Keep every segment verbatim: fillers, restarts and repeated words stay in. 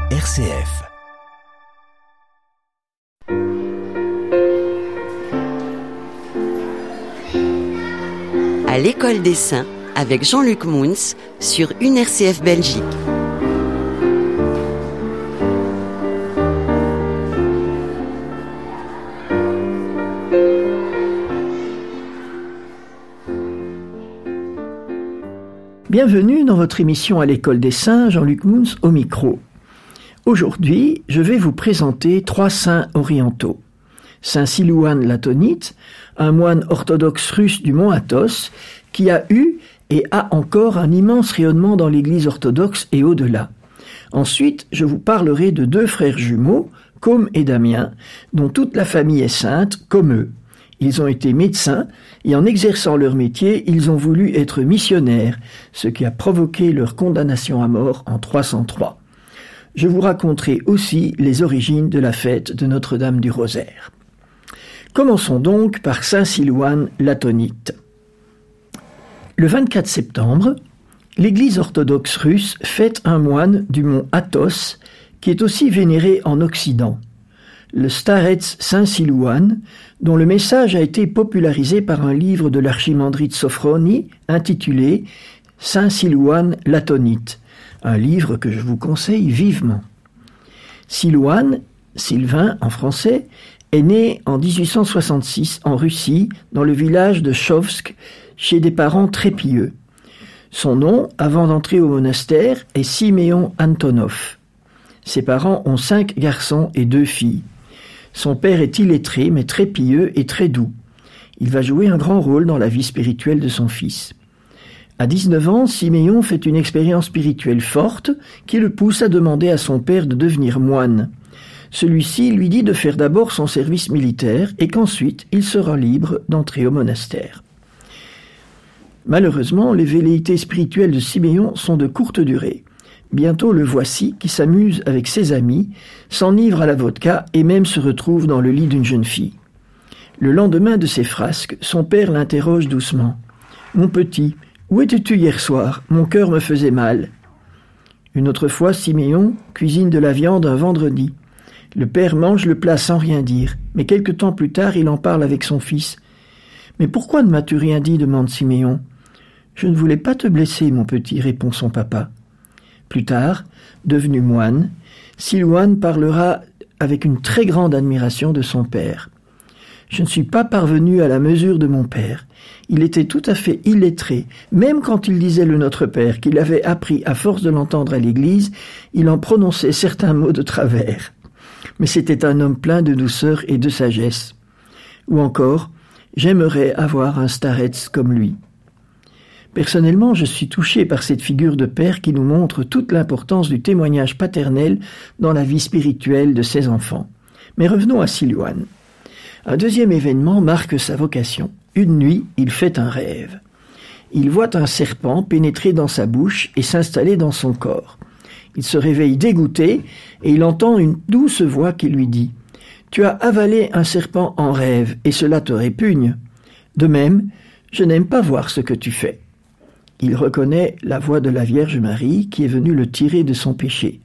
R C F. À l'école des saints avec Jean-Luc Mouns sur une R C F Belgique. Bienvenue dans votre émission à l'école des saints, Jean-Luc Mouns au micro. Aujourd'hui, je vais vous présenter trois saints orientaux. Saint Silouan l'Atonite, un moine orthodoxe russe du mont Athos, qui a eu et a encore un immense rayonnement dans l'église orthodoxe et au-delà. Ensuite, je vous parlerai de deux frères jumeaux, Côme et Damien, dont toute la famille est sainte, comme eux. Ils ont été médecins, et en exerçant leur métier, ils ont voulu être missionnaires, ce qui a provoqué leur condamnation à mort en trois cent trois. Je vous raconterai aussi les origines de la fête de Notre-Dame du Rosaire. Commençons donc par Saint Silouan l'Atonite. Le vingt-quatre septembre, l'Église orthodoxe russe fête un moine du mont Athos, qui est aussi vénéré en Occident, le starets Saint Silouan, dont le message a été popularisé par un livre de l'archimandrite Sophroni intitulé Saint Silouan l'Atonite, un livre que je vous conseille vivement. Silouan, Sylvain en français, est né en dix-huit cent soixante-six en Russie, dans le village de Chovsk, chez des parents très pieux. Son nom, avant d'entrer au monastère, est Siméon Antonov. Ses parents ont cinq garçons et deux filles. Son père est illettré, mais très pieux et très doux. Il va jouer un grand rôle dans la vie spirituelle de son fils. À dix-neuf ans, Siméon fait une expérience spirituelle forte qui le pousse à demander à son père de devenir moine. Celui-ci lui dit de faire d'abord son service militaire et qu'ensuite il sera libre d'entrer au monastère. Malheureusement, les velléités spirituelles de Siméon sont de courte durée. Bientôt le voici qui s'amuse avec ses amis, s'enivre à la vodka et même se retrouve dans le lit d'une jeune fille. Le lendemain de ces frasques, son père l'interroge doucement. « Mon petit, où étais-tu hier soir ? Mon cœur me faisait mal. » Une autre fois, Siméon cuisine de la viande un vendredi. Le père mange le plat sans rien dire, mais quelque temps plus tard, il en parle avec son fils. « Mais pourquoi ne m'as-tu rien dit ? demande Siméon. « Je ne voulais pas te blesser, mon petit, répond son papa. Plus tard, devenu moine, Silouan parlera avec une très grande admiration de son père. « Je ne suis pas parvenu à la mesure de mon père. Il était tout à fait illettré. Même quand il disait le Notre Père qu'il avait appris à force de l'entendre à l'église, il en prononçait certains mots de travers. Mais c'était un homme plein de douceur et de sagesse. » Ou encore, « J'aimerais avoir un starets comme lui. » Personnellement, je suis touché par cette figure de père qui nous montre toute l'importance du témoignage paternel dans la vie spirituelle de ses enfants. Mais revenons à Silouan. Un deuxième événement marque sa vocation. Une nuit, il fait un rêve. Il voit un serpent pénétrer dans sa bouche et s'installer dans son corps. Il se réveille dégoûté et il entend une douce voix qui lui dit « Tu as avalé un serpent en rêve et cela te répugne. De même, je n'aime pas voir ce que tu fais. » Il reconnaît la voix de la Vierge Marie qui est venue le tirer de son péché.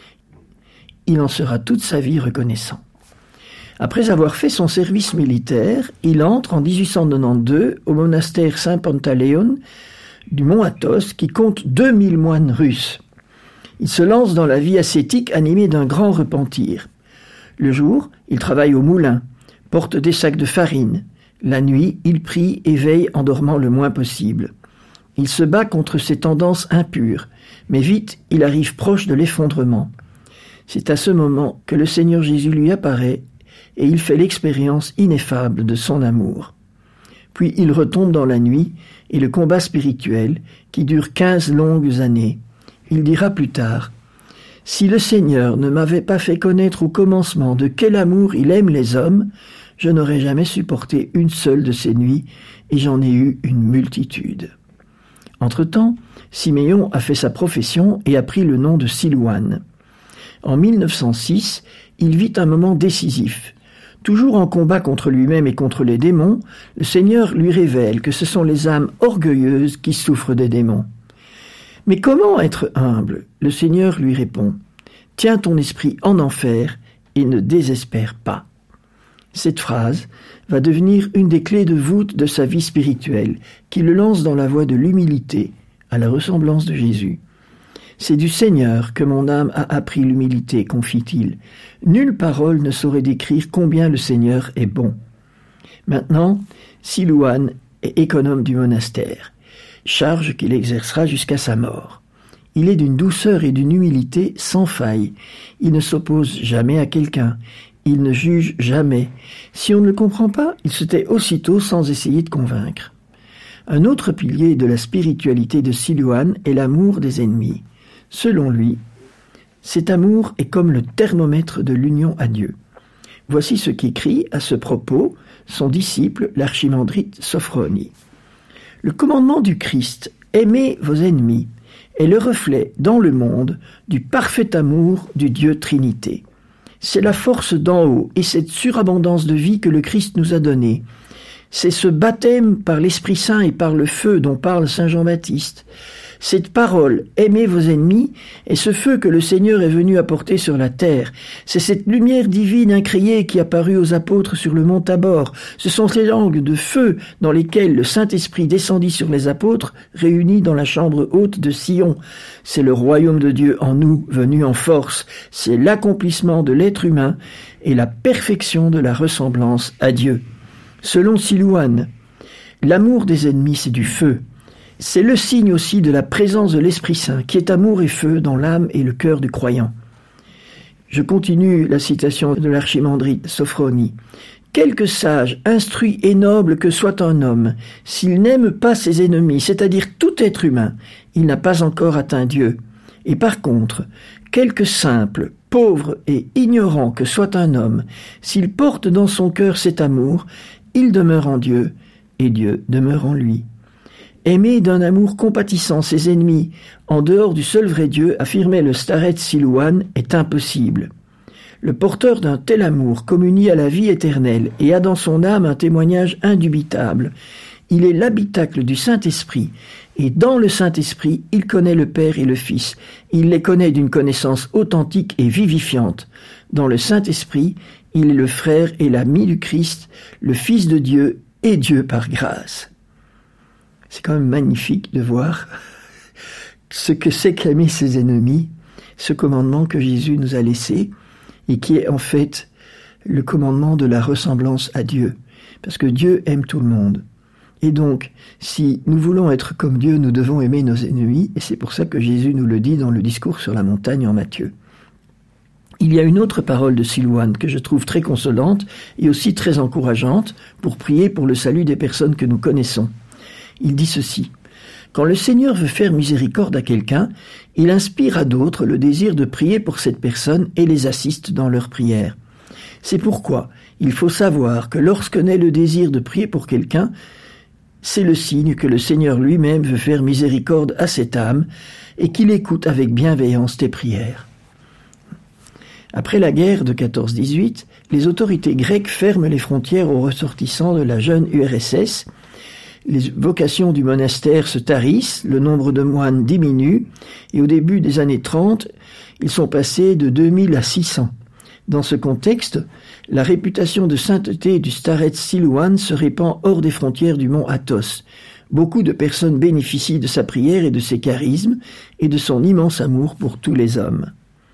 Il en sera toute sa vie reconnaissant. Après avoir fait son service militaire, il entre en dix-huit cent quatre-vingt-douze au monastère Saint-Pantaleon du mont Athos qui compte deux mille moines russes. Il se lance dans la vie ascétique animé d'un grand repentir. Le jour, il travaille au moulin, porte des sacs de farine. La nuit, il prie et veille en dormant le moins possible. Il se bat contre ses tendances impures, mais vite il arrive proche de l'effondrement. C'est à ce moment que le Seigneur Jésus lui apparaît et il fait l'expérience ineffable de son amour. Puis il retombe dans la nuit et le combat spirituel qui dure quinze longues années. Il dira plus tard « Si le Seigneur ne m'avait pas fait connaître au commencement de quel amour il aime les hommes, je n'aurais jamais supporté une seule de ces nuits et j'en ai eu une multitude. » Entre-temps, Siméon a fait sa profession et a pris le nom de Silouan. En mille neuf cent six, il vit un moment décisif. Toujours en combat contre lui-même et contre les démons, le Seigneur lui révèle que ce sont les âmes orgueilleuses qui souffrent des démons. Mais comment être humble ? Le Seigneur lui répond. tiens ton esprit en enfer et ne désespère pas. Cette phrase va devenir une des clés de voûte de sa vie spirituelle, qui le lance dans la voie de l'humilité, à la ressemblance de Jésus. C'est du Seigneur que mon âme a appris l'humilité, confie-t-il. Nulle parole ne saurait décrire combien le Seigneur est bon. Maintenant, Silouan est économe du monastère, charge qu'il exercera jusqu'à sa mort. Il est d'une douceur et d'une humilité sans faille. Il ne s'oppose jamais à quelqu'un. Il ne juge jamais. Si on ne le comprend pas, il se tait aussitôt sans essayer de convaincre. Un autre pilier de la spiritualité de Silouan est l'amour des ennemis. Selon lui, cet amour est comme le thermomètre de l'union à Dieu. Voici ce qu'écrit à ce propos son disciple, l'archimandrite Sophroni. Le commandement du Christ, aimez vos ennemis, est le reflet dans le monde du parfait amour du Dieu Trinité. C'est la force d'en haut et cette surabondance de vie que le Christ nous a donnée. C'est ce baptême par l'Esprit Saint et par le feu dont parle saint Jean-Baptiste. Cette parole, aimez vos ennemis, est ce feu que le Seigneur est venu apporter sur la terre. C'est cette lumière divine incréée qui apparut aux apôtres sur le mont Tabor. Ce sont ces langues de feu dans lesquelles le Saint-Esprit descendit sur les apôtres, réunis dans la chambre haute de Sion. C'est le royaume de Dieu en nous, venu en force. C'est l'accomplissement de l'être humain et la perfection de la ressemblance à Dieu. Selon Silouan, l'amour des ennemis, c'est du feu. C'est le signe aussi de la présence de l'Esprit Saint, qui est amour et feu dans l'âme et le cœur du croyant. Je continue la citation de l'archimandrite Sophroni. « Quelque sage, instruit et noble que soit un homme, s'il n'aime pas ses ennemis, c'est-à-dire tout être humain, il n'a pas encore atteint Dieu. Et par contre, quelque simple, pauvre et ignorant que soit un homme, s'il porte dans son cœur cet amour, il demeure en Dieu, et Dieu demeure en lui. » Aimer d'un amour compatissant ses ennemis, en dehors du seul vrai Dieu, affirmait le starets Silouan, est impossible. Le porteur d'un tel amour communie à la vie éternelle et a dans son âme un témoignage indubitable. Il est l'habitacle du Saint-Esprit, et dans le Saint-Esprit, il connaît le Père et le Fils. Il les connaît d'une connaissance authentique et vivifiante. Dans le Saint-Esprit, il est le frère et l'ami du Christ, le Fils de Dieu et Dieu par grâce. C'est quand même magnifique de voir ce que c'est qu'aimer ses ennemis, ce commandement que Jésus nous a laissé et qui est en fait le commandement de la ressemblance à Dieu. Parce que Dieu aime tout le monde. Et donc, si nous voulons être comme Dieu, nous devons aimer nos ennemis, et c'est pour ça que Jésus nous le dit dans le discours sur la montagne en Matthieu. Il y a une autre parole de Silouan que je trouve très consolante et aussi très encourageante pour prier pour le salut des personnes que nous connaissons. Il dit ceci. Quand le Seigneur veut faire miséricorde à quelqu'un, il inspire à d'autres le désir de prier pour cette personne et les assiste dans leurs prières. C'est pourquoi il faut savoir que lorsque naît le désir de prier pour quelqu'un, c'est le signe que le Seigneur lui-même veut faire miséricorde à cette âme et qu'il écoute avec bienveillance tes prières. Après la guerre de quatorze dix-huit, les autorités grecques ferment les frontières aux ressortissants de la jeune U R S S. Les vocations du monastère se tarissent, le nombre de moines diminue, et au début des années trente, ils sont passés de deux mille à six cents. Dans ce contexte, la réputation de sainteté du starets Silouan se répand hors des frontières du mont Athos. Beaucoup de personnes bénéficient de sa prière et de ses charismes, et de son immense amour pour tous les hommes.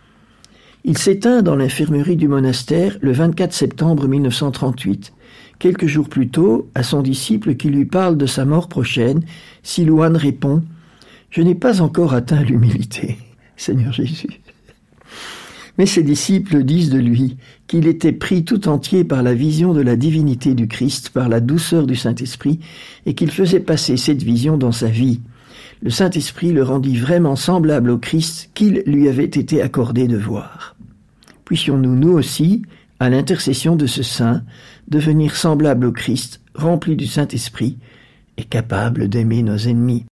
Il s'éteint dans l'infirmerie du monastère le vingt-quatre septembre mille neuf cent trente-huit. Quelques jours plus tôt, à son disciple qui lui parle de sa mort prochaine, Silouan répond « Je n'ai pas encore atteint l'humilité, Seigneur Jésus. » Mais ses disciples disent de lui qu'il était pris tout entier par la vision de la divinité du Christ, par la douceur du Saint-Esprit, et qu'il faisait passer cette vision dans sa vie. Le Saint-Esprit le rendit vraiment semblable au Christ qu'il lui avait été accordé de voir. Puissions-nous, nous aussi, à l'intercession de ce saint, devenir semblable au Christ, rempli du Saint-Esprit et capable d'aimer nos ennemis.